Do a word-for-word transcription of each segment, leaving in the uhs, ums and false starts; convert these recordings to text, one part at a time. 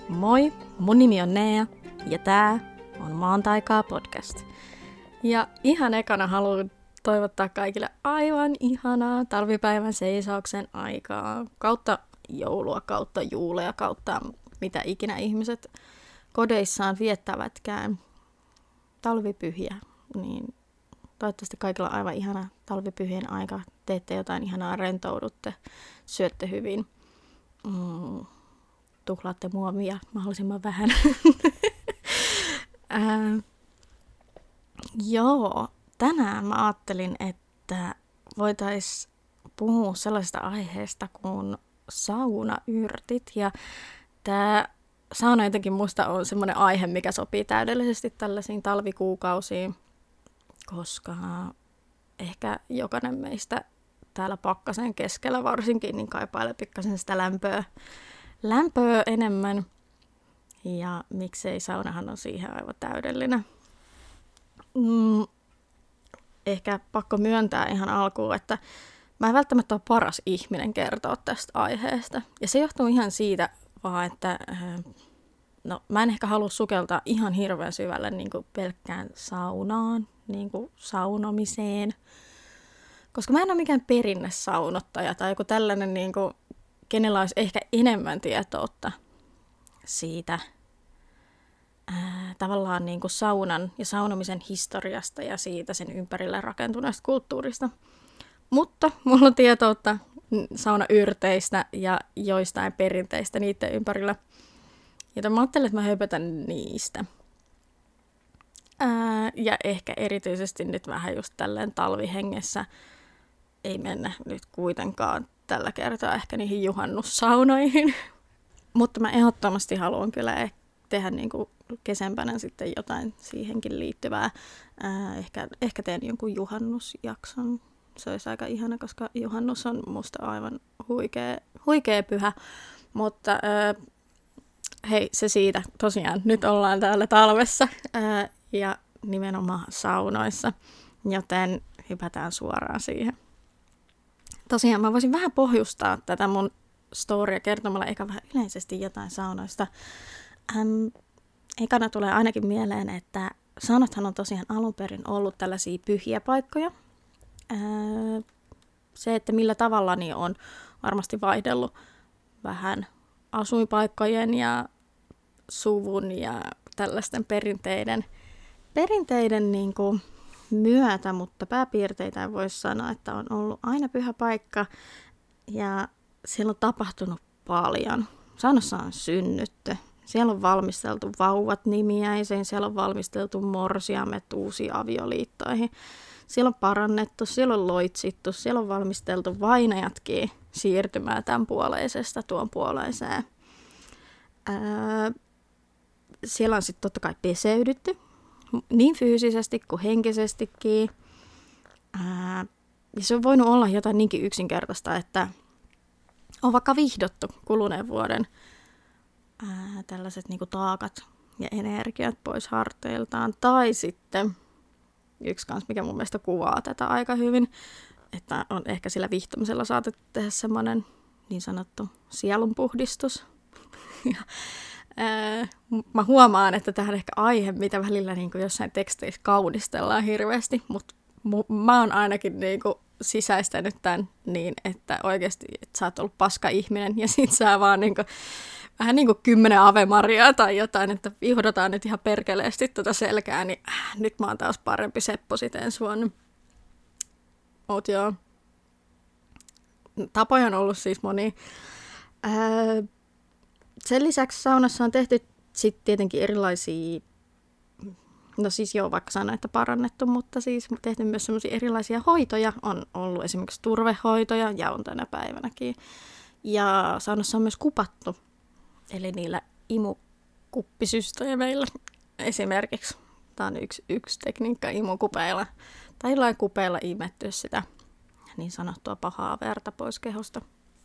Moi, mun nimi on Nea ja tää on Maan taikaa podcast. Ja ihan ekana haluan toivottaa kaikille aivan ihanaa talvipäivän seisauksen aikaa, kautta joulua, kautta juulea, kautta mitä ikinä ihmiset kodeissaan viettävätkään talvipyhiä. Niin toivottavasti kaikilla on aivan ihana talvipyhien aika, teette jotain ihanaa, rentoudutte, syötte hyvin. Mm. Tuhlaatte muovia mahdollisimman vähän. äh, joo, tänään mä ajattelin, että voitaisiin puhua sellaisesta aiheesta kuin saunayrtit. Ja tämä sauna jotenkin musta on semmoinen aihe, mikä sopii täydellisesti tällaisiin talvikuukausiin, koska ehkä jokainen meistä täällä pakkasen keskellä varsinkin niin kaipailee pikkasen sitä lämpöä. Lämpöä enemmän, ja miksei, saunahan on siihen aivan täydellinen. Mm, ehkä pakko myöntää ihan alkuun, että mä en välttämättä ole paras ihminen kertoa tästä aiheesta. Ja se johtuu ihan siitä vaan, että no, mä en ehkä halua sukeltaa ihan hirveän syvälle niin kuin pelkkään saunaan, niin kuin saunomiseen. Koska mä en ole mikään perinnesaunottaja tai joku tällainen niin kuin kenellä olisi ehkä enemmän tietoutta siitä ää, tavallaan niin kuin saunan ja saunomisen historiasta ja siitä sen ympärille rakentuneesta kulttuurista. Mutta mulla on tietoutta saunayrteistä ja joistain perinteistä niiden ympärillä. Joten mä ajattelin, että mä höpötän niistä. Ää, ja ehkä erityisesti nyt vähän just tälleen talvihengessä ei mennä nyt kuitenkaan tällä kertaa ehkä niihin juhannussaunoihin. Mutta mä ehdottomasti haluan kyllä tehdä niin kuin kesempänä sitten jotain siihenkin liittyvää. Ää, ehkä, ehkä teen jonkun juhannusjakson. Se olisi aika ihana, koska juhannus on musta aivan huikea, huikea pyhä. Mutta ää, hei, se siitä. Tosiaan, nyt ollaan täällä talvessa ää, ja nimenomaan saunoissa, joten hypätään suoraan siihen. Tosiaan mä voisin vähän pohjustaa tätä mun storya kertomalla eikä vähän yleisesti jotain saunoista. Ähm, ekana tulee ainakin mieleen, että saunathan on tosiaan alun perin ollut tällaisia pyhiä paikkoja. Äh, se, että millä tavalla niin on varmasti vaihdellut vähän asuinpaikkojen ja suvun ja tällaisten perinteiden, perinteiden niin kuin myötä, mutta pääpiirteitä voisi sanoa, että on ollut aina pyhä paikka ja siellä on tapahtunut paljon. Saunassa on synnytty. Siellä on valmisteltu vauvat nimiäisiin, siellä on valmisteltu morsiamet uusiin avioliittoihin. Siellä on parannettu, siellä on loitsittu, siellä on valmisteltu vainajatkin siirtymään tämän puoleisesta tuon puoleiseen. Ää, siellä on sitten totta kai peseydytty. Niin fyysisesti kuin henkisestikin. Ää, ja se on voinut olla jotain niinkin yksinkertaista, että on vaikka vihdottu kuluneen vuoden ää, tällaiset niinku taakat ja energiat pois harteiltaan. Tai sitten yksi kans, mikä mun mielestä kuvaa tätä aika hyvin, että on ehkä sillä vihtomisella saatettu tehdä semmoinen niin sanottu sielunpuhdistus. ja, Ää, mä huomaan, että tämä on ehkä aihe, mitä välillä niin kuin jossain teksteissä kaudistellaan hirveästi, mutta mu- mä oon ainakin niin kuin sisäistänyt tämän niin, että oikeasti että sä oot ollut paska ihminen ja sit sä vaan niin kuin, vähän niin kuin kymmenen Ave Mariaa tai jotain, että vihdotaan nyt ihan perkeleesti tuota selkää, niin äh, nyt mä oon taas parempi Seppo sit ensi vuonna. Oot joo. Tapoja on ollut siis moni. Ää, Sen lisäksi saunassa on tehty sitten tietenkin erilaisia, no siis joo, vaikka sanoin, että parannettu, mutta siis tehty myös semmoisia erilaisia hoitoja. On ollut esimerkiksi turvehoitoja ja on tänä päivänäkin. Ja saunassa on myös kupattu, eli niillä imukuppisysteemeillä esimerkiksi. Tämä on yksi, yksi tekniikka imukupeilla tai jollain kupeilla imettyä sitä niin sanottua pahaa verta pois kehosta.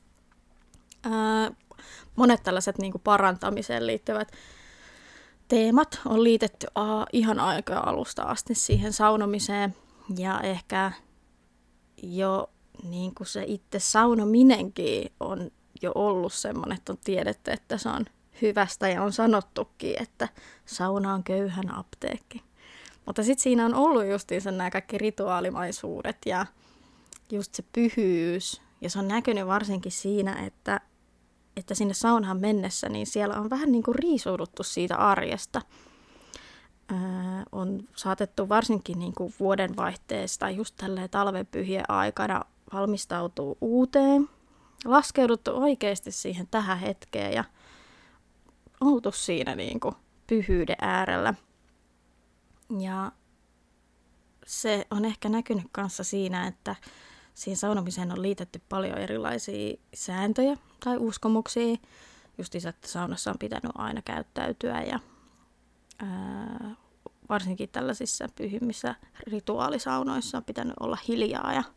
Ää, monet tällaiset niin kuin parantamiseen liittyvät teemat on liitetty a, ihan aikoja alusta asti siihen saunomiseen. Ja ehkä jo niin kuin se itse saunominenkin on jo ollut semmoinen, että on tiedetty, että se on hyvästä ja on sanottukin, että sauna on köyhän apteekki. Mutta sitten siinä on ollut justiinsa nämä kaikki rituaalimaisuudet ja just se pyhyys. Ja se on näkynyt varsinkin siinä, että, että sinne saunaan mennessä, niin siellä on vähän niin kuin riisuuduttu siitä arjesta. Öö, on saatettu varsinkin niin kuin vuodenvaihteesta tai just tälleen talvenpyhien aikana valmistautuu uuteen. Laskeuduttu oikeasti siihen tähän hetkeen ja oltu siinä niin kuin pyhyyden äärellä. Ja se on ehkä näkynyt kanssa siinä, että siihen saunomiseen on liitetty paljon erilaisia sääntöjä tai uskomuksia. Justiinsa, että saunassa on pitänyt aina käyttäytyä ja ää, varsinkin tällaisissa pyhimmissä rituaalisaunoissa on pitänyt olla hiljaa ja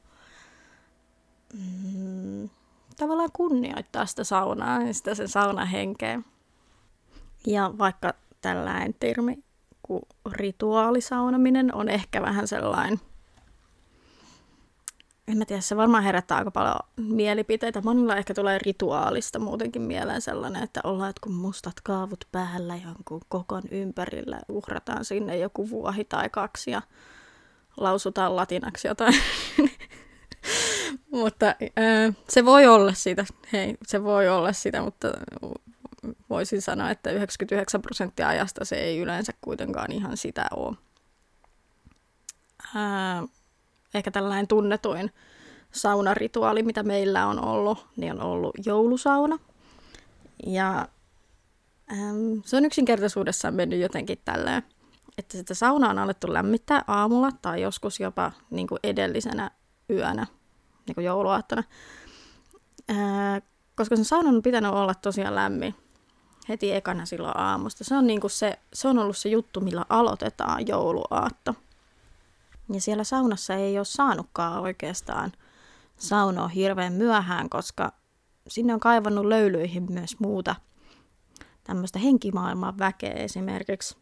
mm, tavallaan kunnioittaa sitä saunaa ja sitä sen saunan henkeä. Ja vaikka tällainen termi kuin rituaalisaunominen on ehkä vähän sellainen, en mä tiedä, se varmaan herättää aika paljon mielipiteitä. Monilla ehkä tulee rituaalista muutenkin mieleen sellainen, että ollaan jotkut mustat kaavut päällä jonkun kokon ympärillä, uhrataan sinne joku vuohi tai kaksi ja lausutaan latinaksi jotain. Mutta äh, se voi olla sitä, hei, se voi olla sitä, mutta voisin sanoa, että yhdeksänkymmentäyhdeksän prosenttia ajasta se ei yleensä kuitenkaan ihan sitä ole. Äh, ehkä tällainen tunnetuin saunarituaali, mitä meillä on ollut, niin on ollut joulusauna. Ja ähm, se on yksinkertaisuudessaan mennyt jotenkin tälleen, että sitä saunaa on alettu lämmittää aamulla tai joskus jopa niin kuin edellisenä yönä, niin kuin jouluaattona. Äh, koska sen saunan on pitänyt olla tosiaan lämmin heti ekana silloin aamusta. Se on, niin kuin se, se on ollut se juttu, millä aloitetaan jouluaatto. Ja siellä saunassa ei ole saanutkaan oikeastaan saunoa hirveän myöhään, koska sinne on kaivannut löylyihin myös muuta tämmöistä henkimaailman väkeä, esimerkiksi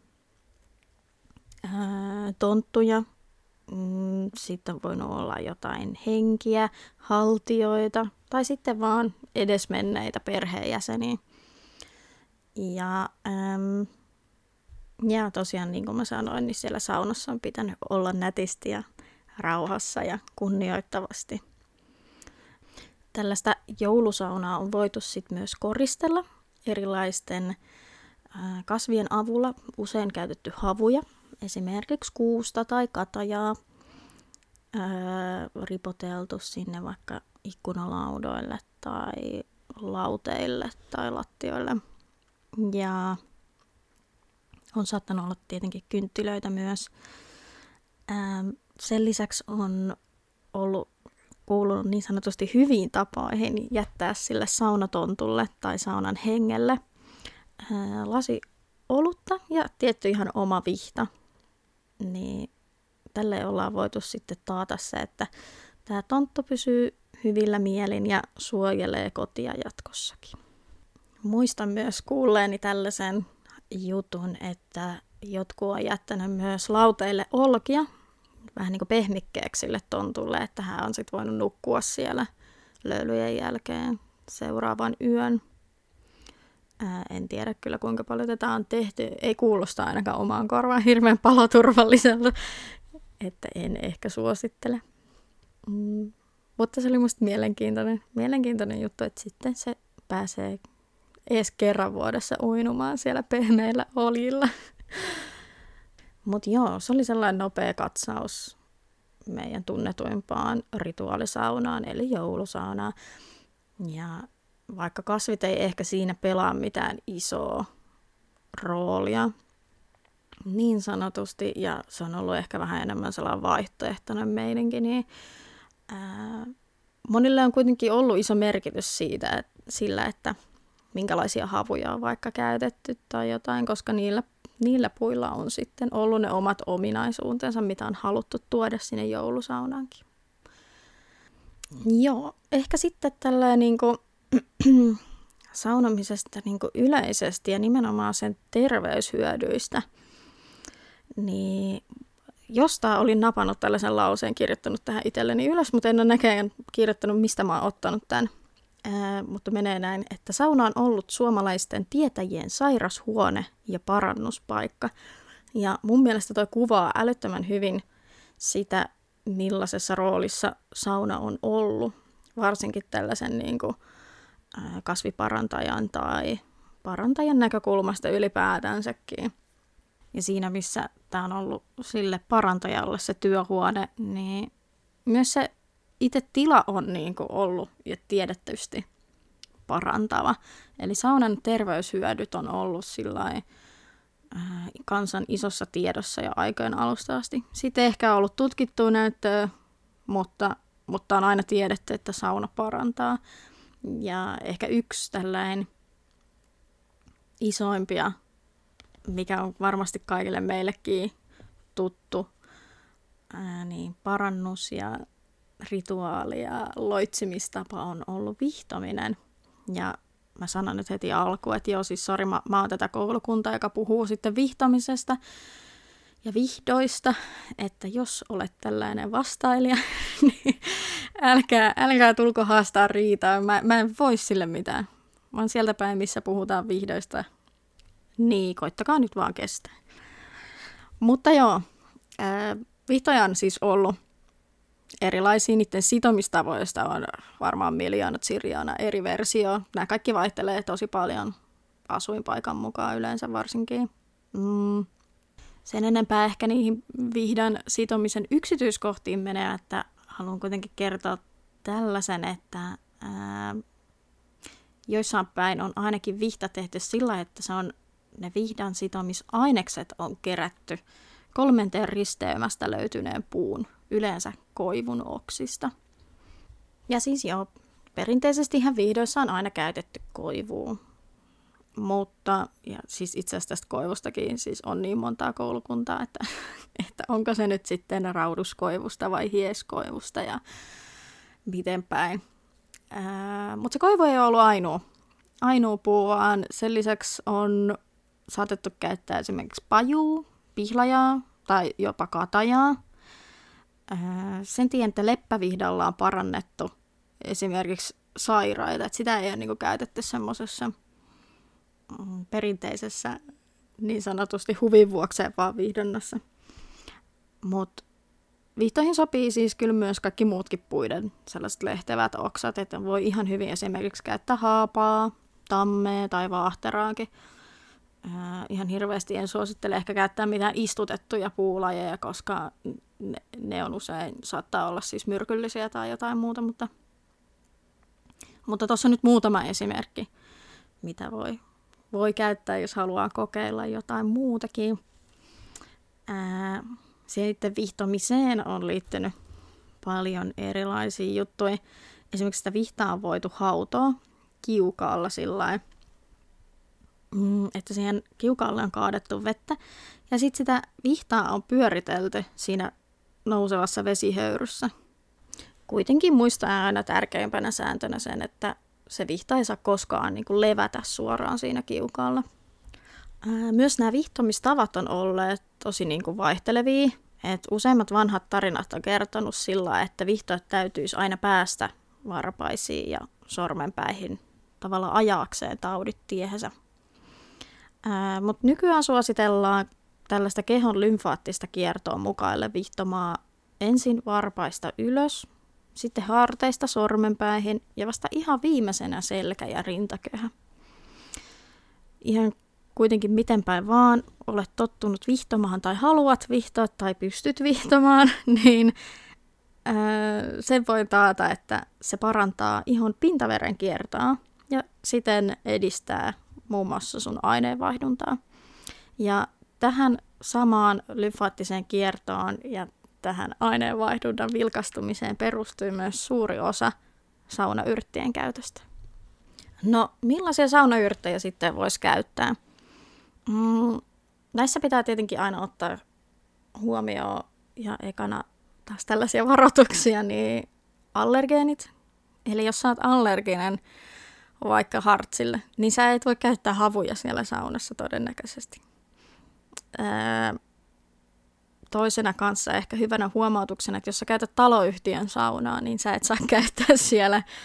ää, tonttuja. Mm, sitten on voinut olla jotain henkiä, haltioita tai sitten vaan edesmenneitä perheenjäseniä. Ja, äm, ja tosiaan, niin kuin mä sanoin, niin siellä saunassa on pitänyt olla nätisti ja rauhassa ja kunnioittavasti. Tällaista joulusaunaa on voitu sitten myös koristella erilaisten ää, kasvien avulla, usein käytetty havuja, esimerkiksi kuusta tai katajaa, ää, ripoteltu sinne vaikka ikkunalaudoille tai lauteille tai lattioille. Ja on saattanut olla tietenkin kynttilöitä myös. Ää, sen lisäksi on ollut kuulunut niin sanotusti hyviin tapoihin jättää sille saunatontulle tai saunan hengelle ää, lasi olutta ja tietty ihan oma vihta. Niin tälle ollaan voitu sitten taata se, että tämä tonttu pysyy hyvillä mielin ja suojelee kotia jatkossakin. Muistan myös kuulleeni tällaisen jutun, että jotkut on jättänyt myös lauteille olkia, vähän niin kuin pehmikkeeksi sille tontulle, että hän on sitten voinut nukkua siellä löylyjen jälkeen seuraavan yön. Ää, en tiedä kyllä kuinka paljon tätä on tehty, ei kuulosta ainakaan omaan korvaan hirveän paloturvalliselta, että en ehkä suosittele. Mm. Mutta se oli musta mielenkiintoinen, mielenkiintoinen juttu, että sitten se pääsee edes kerran vuodessa uinumaan siellä pehmeillä oljilla. Mutta joo, se oli sellainen nopea katsaus meidän tunnetuimpaan rituaalisaunaan, eli joulusaunaan. Ja vaikka kasvit ei ehkä siinä pelaa mitään isoa roolia, niin sanotusti, ja se on ollut ehkä vähän enemmän sellainen vaihtoehtoinen meidänkin, niin ää, monille on kuitenkin ollut iso merkitys siitä, että, sillä, että minkälaisia havuja on vaikka käytetty tai jotain, koska niillä, niillä puilla on sitten ollut ne omat ominaisuutensa, mitä on haluttu tuoda sinne joulusaunaankin. Joo, ehkä sitten tällä niin kuin saunomisesta niin kuin yleisesti ja nimenomaan sen terveyshyödyistä, niin jostain olin napannut tällaisen lauseen, kirjoittanut tähän itselleni ylös, mutta en ole näköjään kirjoittanut, mistä mä oon ottanut tämän. Ää, mutta menee näin, että sauna on ollut suomalaisten tietäjien sairashuone ja parannuspaikka. Ja mun mielestä toi kuvaa älyttömän hyvin sitä, millaisessa roolissa sauna on ollut, varsinkin tällaisen niin kuin, ää, kasviparantajan tai parantajan näkökulmasta ylipäätänsäkin. Ja siinä, missä tämä on ollut sille parantajalle se työhuone, niin myös se itse tila on niin kuin ollut ja tiedetysti parantava. Eli saunan terveyshyödyt on ollut sillai, äh, kansan isossa tiedossa jo aikojen alusta asti. Sitten ehkä on ollut tutkittua näyttöä, mutta, mutta on aina tiedetty, että sauna parantaa. Ja ehkä yksi tällainen isoimpia, mikä on varmasti kaikille meillekin tuttu, ää, niin parannus ja rituaali ja loitsimistapa on ollut vihtominen. Ja mä sanon nyt heti alkuun, että joo, siis sori, mä, mä oon tätä koulukuntaa, joka puhuu sitten vihtomisesta ja vihdoista, että jos olet tällainen vastailija, niin älkää, älkää tulko haastaa riitaa. Mä, mä en voi sille mitään. Mä oon sieltä päin, missä puhutaan vihdoista. Niin, koittakaa nyt vaan kestää. Mutta joo, ää, vihtoja on siis ollut erilaisia. Niiden sitomistavoista on varmaan miljoona sirjaana eri versio. Nämä kaikki vaihtelee tosi paljon asuinpaikan mukaan yleensä varsinkin. Mm. Sen enempää ehkä niihin vihdan sitomisen yksityiskohtiin menee, että haluan kuitenkin kertoa tällaisen, että ää, joissain päin on ainakin vihta tehty sillä, että se on, ne vihdan sitomisainekset on kerätty kolmenteen risteymästä löytyneen puun, yleensä koivun oksista. Ja siis joo, perinteisestihän vihdoissa on aina käytetty koivua. Mutta, ja siis itse asiassa tästä koivustakin siis on niin montaa koulukuntaa, että, että onko se nyt sitten rauduskoivusta vai hieskoivusta ja miten päin. Mutta se koivu ei ole ollut ainoa, ainoa puu, vaan sen lisäksi on saatettu käyttää esimerkiksi pajua, pihlajaa tai jopa katajaa. Ää, sen tiedän, että leppävihdalla on parannettu esimerkiksi sairaita, että sitä ei ole niinku käytetty semmoisessa perinteisessä niin sanotusti huvin vuokseen vaan vihdonnassa. Mutta vihtoihin sopii siis kyllä myös kaikki muutkin puiden sellaiset lehtevät oksat, että voi ihan hyvin esimerkiksi käyttää haapaa, tammea tai vaahteraakin. Äh, ihan hirveästi en suosittele ehkä käyttää mitään istutettuja puulajeja, koska ne, ne on usein, saattaa olla siis myrkyllisiä tai jotain muuta, mutta mutta tuossa on nyt muutama esimerkki, mitä voi, voi käyttää, jos haluaa kokeilla jotain muutakin. Ää, sitten vihtomiseen on liittynyt paljon erilaisia juttuja. Esimerkiksi sitä vihtaa on voitu hautoa kiukaalla sillä että siihen kiukaalle on kaadettu vettä. Ja sitten sitä vihtaa on pyöritelty siinä nousevassa vesihöyryssä. Kuitenkin muistaa aina tärkeimpänä sääntönä sen, että se vihta ei saa koskaan niin kuin levätä suoraan siinä kiukaalla. Ää, myös nämä vihtomistavat on olleet tosi niin kuin vaihtelevia. Et useimmat vanhat tarinat on kertonut sillä, että vihtoit täytyisi aina päästä varpaisiin ja sormenpäihin tavallaan ajaakseen taudit tiehensä. Mutta nykyään suositellaan tällaista kehon lymfaattista kiertoa mukaille vihtomaa ensin varpaista ylös, sitten harteista sormenpäihin ja vasta ihan viimeisenä selkä- ja rintakehä. Ihan kuitenkin miten päin vaan olet tottunut vihtomaan tai haluat vihtoa tai pystyt vihtomaan, niin ää, sen voi taata, että se parantaa ihon pintaveren kiertoa ja siten edistää muun muassa sun aineenvaihduntaa. Ja tähän samaan lymfaattiseen kiertoon ja tähän aineenvaihdunnan vilkastumiseen perustuu myös suuri osa saunayrttien käytöstä. No, millaisia saunayrttejä sitten voisi käyttää? Mm, näissä pitää tietenkin aina ottaa huomioon, ja ekana taas tällaisia varoituksia, niin allergeenit. Eli jos sä oot allerginen vaikka hartsille, niin sä et voi käyttää havuja siellä saunassa todennäköisesti. Ää, toisena kanssa ehkä hyvänä huomautuksena, että jos sä käytät taloyhtiön saunaa, niin sä et saa käyttää siellä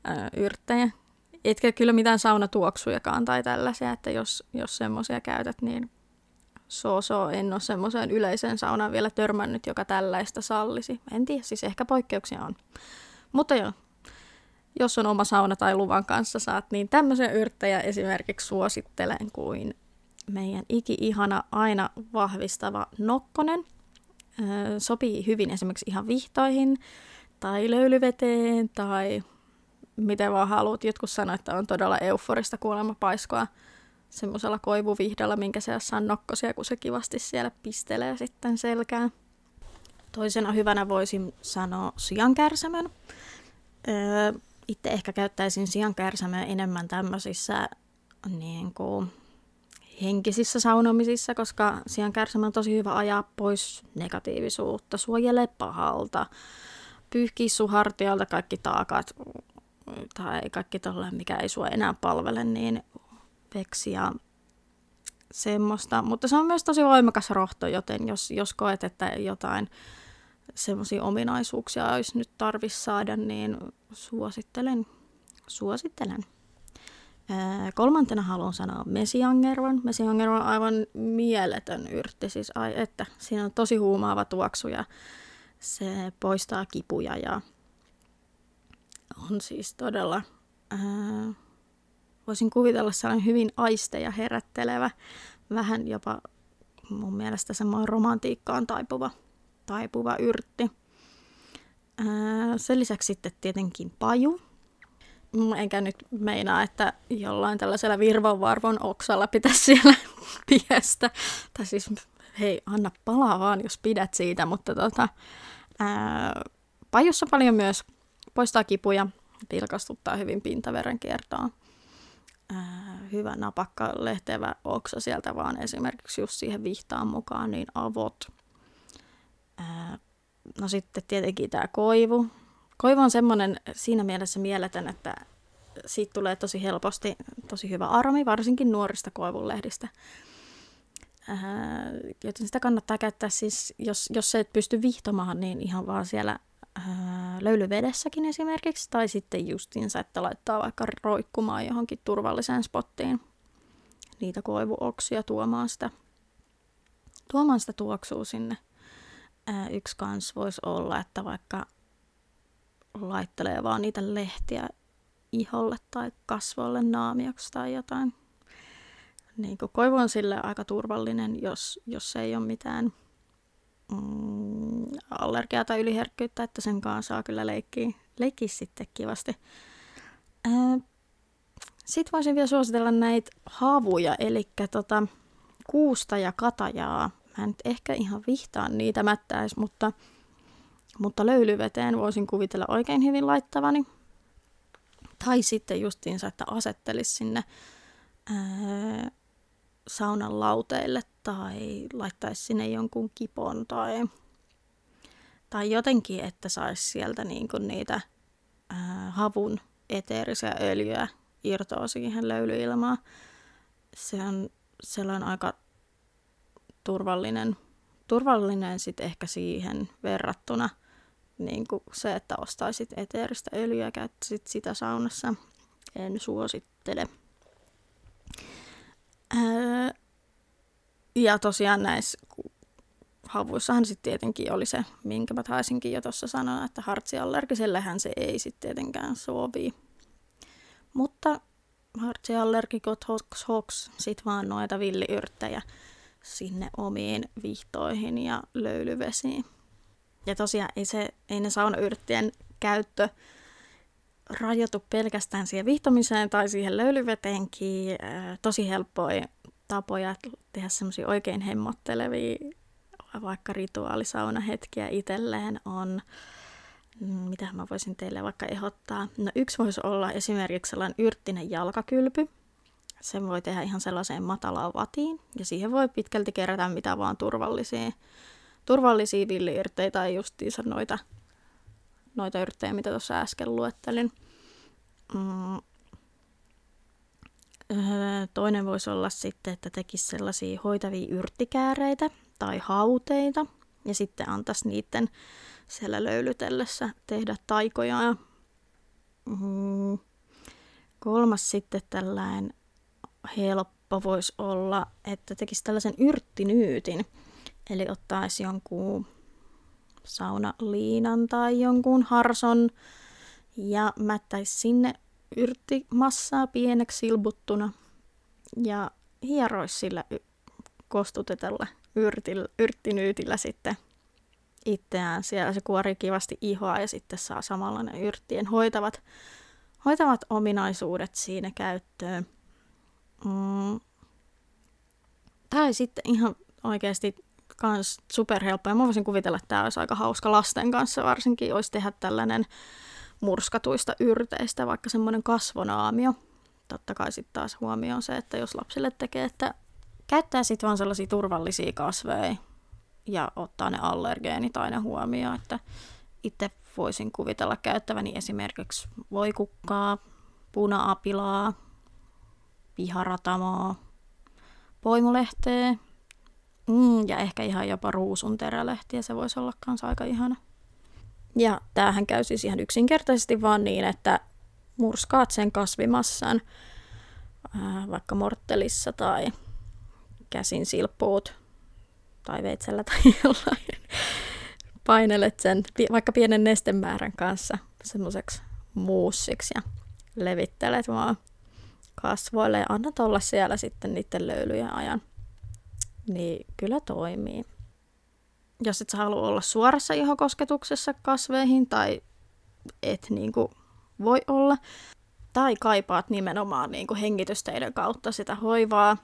ö, yrttejä. Etkä kyllä mitään saunatuoksujakaan tai tällaisia, että jos, jos semmoisia käytät, niin so-so, en ole semmoiseen yleiseen saunaan vielä törmännyt, joka tällaista sallisi. En tiedä, siis ehkä poikkeuksia on. Mutta joo, jos on oma sauna tai luvan kanssa saat, niin tämmöisiä yrttejä esimerkiksi suosittelen kuin meidän iki-ihana aina vahvistava nokkonen. Öö, sopii hyvin esimerkiksi ihan vihtoihin tai löylyveteen tai miten vaan haluat. Jotkut sanoo, että on todella euforista kuulemma paiskoa semmoisella koivuvihdalla, minkä seassa on nokkosia, kun se kivasti siellä pistelee sitten selkään. Toisena hyvänä voisin sanoa siankärsämön. Öö, itse ehkä käyttäisin siankärsämöä enemmän tämmöisissä niin kuin henkisissä saunomisissa, koska siankärsämö on tosi hyvä ajaa pois negatiivisuutta, suojelee pahalta, pyyhkii sun hartialta kaikki taakat tai kaikki tollainen, mikä ei sua enää palvele, niin veksi ja semmoista. Mutta se on myös tosi voimakas rohto, joten jos, jos koet, että jotain semmoisia ominaisuuksia olisi nyt tarvis saada, niin suosittelen. suosittelen. Ää, kolmantena haluan sanoa mesiangervon. Mesiangervon on aivan mieletön yrtti, siis ai että siinä on tosi huumaava tuoksu ja se poistaa kipuja ja on siis todella, ää, voisin kuvitella sellainen hyvin aisteja herättelevä, vähän jopa mun mielestä semmoinen romantiikkaan taipuva, taipuva yrtti. Ää, sen lisäksi sitten tietenkin paju. Enkä nyt meinaa, että jollain tällaisella virvonvarvon oksalla pitäisi siellä piestä. Tai siis, hei, anna palaa vaan, jos pidät siitä, mutta tota, ää, pajussa paljon myös poistaa kipuja, vilkastuttaa hyvin pintaverenkiertoa. Ää, hyvä napakka lehtevä oksa sieltä vaan esimerkiksi just siihen vihtaan mukaan, niin avot. Ää, no sitten tietenkin tämä koivu. Koivu on semmoinen siinä mielessä mieletön, että siitä tulee tosi helposti tosi hyvä aromi, varsinkin nuorista koivunlehdistä. Ää, joten sitä kannattaa käyttää siis, jos, jos se et pysty vihtomaan, niin ihan vaan siellä ää, löylyvedessäkin esimerkiksi, tai sitten justiinsa, että laittaa vaikka roikkumaan johonkin turvalliseen spottiin niitä koivuoksia tuomaan sitä, tuomaan sitä tuoksua sinne. Ää, yksi kans voisi olla, että vaikka laittelee vaan niitä lehtiä iholle tai kasvoille naamioksi tai jotain. Niin koivu on sille aika turvallinen, jos, jos ei ole mitään mm, allergiaa tai yliherkkyyttä, että sen kanssa saa kyllä leikkiä, leikkiä sitten kivasti. Sitten voisin vielä suositella näitä havuja, eli tota, kuusta ja katajaa. Mä en nyt ehkä ihan vihtaan niitä mättäisi, mutta Mutta löylyveteen voisin kuvitella oikein hyvin laittavani. Tai sitten justiinsa, että asettelisi sinne ää, saunan lauteille tai laittaisi sinne jonkun kipon tai, tai jotenkin, että saisi sieltä niinku niitä ää, havun eteerisiä öljyä irtoa siihen löylyilmaan. Se on sellainen aika turvallinen, turvallinen sitten ehkä siihen verrattuna. Niin kuin se, että ostaisit eteeristä öljyä ja käyttäisit sitä saunassa, en suosittele. Ää, ja tosiaan näissä havuissahan sitten tietenkin oli se, minkä mä taisinkin jo tuossa sanoa, että hartsiallergisellähän se ei sitten tietenkään sovi. Mutta hartsiallergikot hoks hoks, sit vaan noita villiyrttejä sinne omiin vihtoihin ja löylyvesiin. Ja tosiaan ei, se, ei ne saunayrttien käyttö rajoitu pelkästään siihen vihtomiseen tai siihen löylyveteenkin. Tosi helppoja tapoja tehdä semmoisia oikein hemmottelevia vaikka rituaalisaunahetkiä itselleen on. Mitä mä voisin teille vaikka ehdottaa? No yksi voisi olla esimerkiksi sellainen yrttinen jalkakylpy. Sen voi tehdä ihan sellaiseen matalaan vatiin ja siihen voi pitkälti kerätä mitä vaan turvallisia. Turvallisia villiyrttejä tai justiinsa noita, noita yrttejä, mitä tuossa äsken luettelin. Mm. Toinen voisi olla sitten, että tekisi sellaisia hoitavia yrttikääreitä tai hauteita ja sitten antaisi niiden siellä löylytellessä tehdä taikoja. Mm, kolmas sitten tällainen helppo voisi olla, että tekisi tällaisen yrttinyytin. Eli ottaisi jonkun saunaliinan tai jonkun harson ja mättäisi sinne yrttimassaa pieneksi silbuttuna ja hieroisi sillä y- kostutetulla yrtillä, yrttinyytillä sitten itseään. Siellä se kuorii kivasti ihoa ja sitten saa samalla ne yrttien hoitavat, hoitavat ominaisuudet siinä käyttöön. Mm. Tai sitten ihan oikeasti kans superhelppo. Ja mä voisin kuvitella, että tämä olisi aika hauska lasten kanssa. Varsinkin olisi tehdä tällainen murskatuista yrteistä, vaikka semmoinen kasvonaamio. Totta kai sitten taas huomioon se, että jos lapsille tekee, että käyttää sitten vaan sellaisia turvallisia kasveja ja ottaa ne allergeenit aina huomioon, että itse voisin kuvitella käyttäväni esimerkiksi voikukkaa, puna-apilaa, piharatamaa, poimulehteä mm, ja ehkä ihan jopa ruusunterälehtiä, se voisi olla kans aika ihana. Ja tämähän käy siis ihan yksinkertaisesti vaan niin, että murskaat sen kasvimassan ää, vaikka morttelissa tai käsin silppuut tai veitsellä tai jollain. Painelet sen vaikka pienen nestemäärän kanssa semmoiseksi muussiksi ja levittelet vaan kasvoille ja annat olla siellä sitten niiden löylyjen ajan. Niin kyllä toimii. Jos et sä halua olla suorassa ihokosketuksessa kasveihin tai et niinku voi olla, tai kaipaat nimenomaan niinku hengitysteiden kautta sitä hoivaa,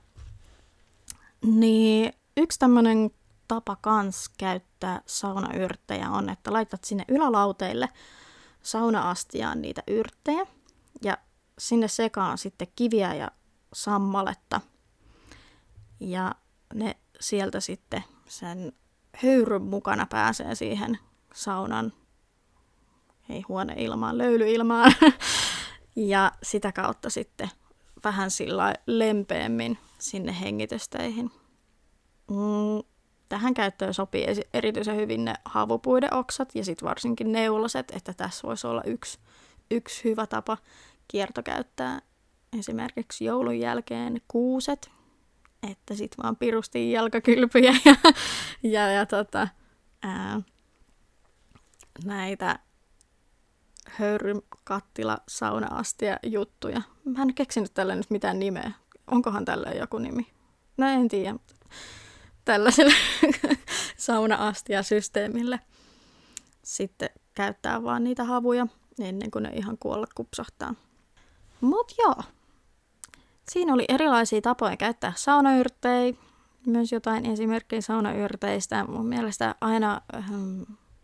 niin yksi tämmöinen tapa kans käyttää saunayrttejä on, että laitat sinne ylälauteille sauna-astiaan niitä yrttejä ja sinne sekaan sitten kiviä ja sammaletta ja ne sieltä sitten sen höyryn mukana pääsee siihen saunan, ei huoneilmaan, löylyilmaan ja sitä kautta sitten vähän sillä lempeämmin sinne hengitysteihin. Mm, tähän käyttöön sopii erityisen hyvin ne havupuiden oksat ja sitten varsinkin neulaset, että tässä voisi olla yksi, yksi hyvä tapa kiertokäyttää esimerkiksi joulun jälkeen kuuset, että sitten vaan pirustiin jalkakylpyjä ja, ja, ja tota, ää, näitä höyrykattila, sauna-astia juttuja. Mä en keksinyt tällä nyt mitään nimeä. Onkohan tällä joku nimi? No en tiedä. Tällaiselle sauna-astia-systeemille sitten käyttää vaan niitä havuja ennen kuin ne ihan kuolla kupsahtaa. Mut joo. Siinä oli erilaisia tapoja käyttää saunayrttejä, myös jotain esimerkkejä saunayrteistä. Mun mielestä aina ähm,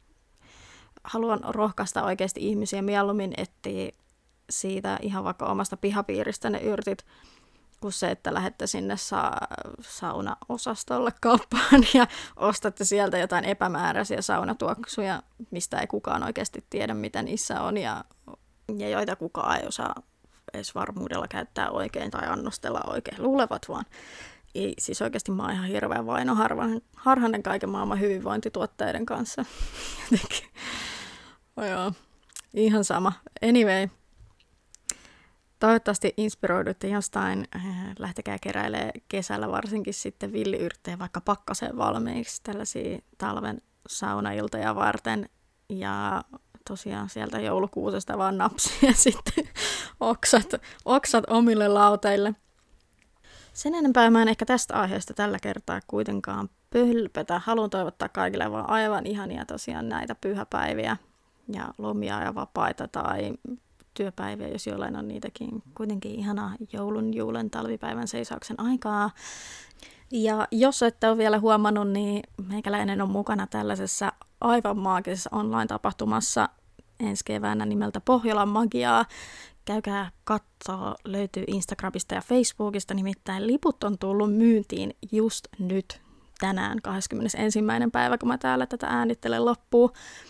haluan rohkaista oikeasti ihmisiä mieluummin etsiä siitä ihan vaikka omasta pihapiiristä ne yrtit, kuin se, että lähdette sinne sa- saunaosastolle kauppaan ja ostatte sieltä jotain epämääräisiä saunatuoksuja, mistä ei kukaan oikeasti tiedä, mitä niissä on ja, ja joita kukaan ei osaa edes varmuudella käyttää oikein tai annostella oikein. Luulevat vaan. Ei, siis oikeasti mä oon ihan hirveän vaino harhanen, harhanen kaiken maailman hyvinvointituotteiden kanssa. Jotenkin. Oh joo, ihan sama. Anyway. Toivottavasti inspiroidutte jostain. Lähtekää keräilemään kesällä varsinkin sitten villiyrttejä vaikka pakkaseen valmiiksi tällaisia talven saunailtoja varten. Ja tosiaan sieltä joulukuusesta vaan napsia sitten oksat, oksat omille lauteille. Sen enempää mä en ehkä tästä aiheesta tällä kertaa kuitenkaan pölpetä. Haluan toivottaa kaikille vaan aivan ihania tosiaan näitä pyhäpäiviä ja lomia ja vapaita tai työpäiviä, jos jollain on niitäkin. Kuitenkin ihanaa joulun, juulen, talvipäivän seisauksen aikaa. Ja jos ette ole vielä huomannut, niin meikäläinen on mukana tällaisessa aivan maagisessa online-tapahtumassa ensi keväänä nimeltä Pohjolan magiaa. Käykää katsoa, löytyy Instagramista ja Facebookista, nimittäin liput on tullut myyntiin just nyt tänään kahdeskymmenesensimmäinen päivä, kun mä täällä tätä äänittelen loppuun.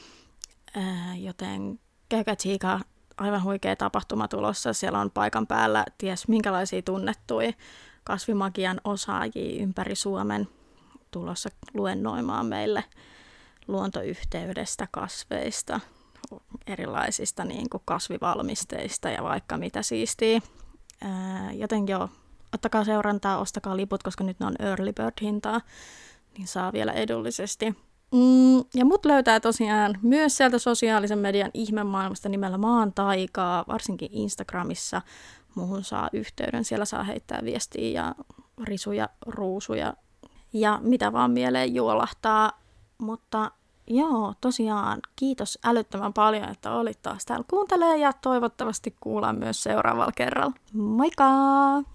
Ää, joten käykää tsiikaa, aivan huikea tapahtuma tulossa. Siellä on paikan päällä ties minkälaisia tunnettuja kasvimagian osaajia ympäri Suomen tulossa luennoimaan meille luontoyhteydestä, kasveista, erilaisista niin kuin kasvivalmisteista ja vaikka mitä siistiä. Ää, joten joo, ottakaa seurantaa, ostakaa liput, koska nyt ne on early bird hintaa, niin saa vielä edullisesti. Mm, ja mut löytää tosiaan myös sieltä sosiaalisen median ihmemaailmasta nimellä Maan taikaa, varsinkin Instagramissa. Muuhun saa yhteyden, siellä saa heittää viestiä ja risuja, ruusuja ja mitä vaan mieleen juolahtaa. Mutta joo, tosiaan kiitos älyttömän paljon, että olit taas täällä kuuntelemaan ja toivottavasti kuullaan myös seuraavalla kerralla. Moikka!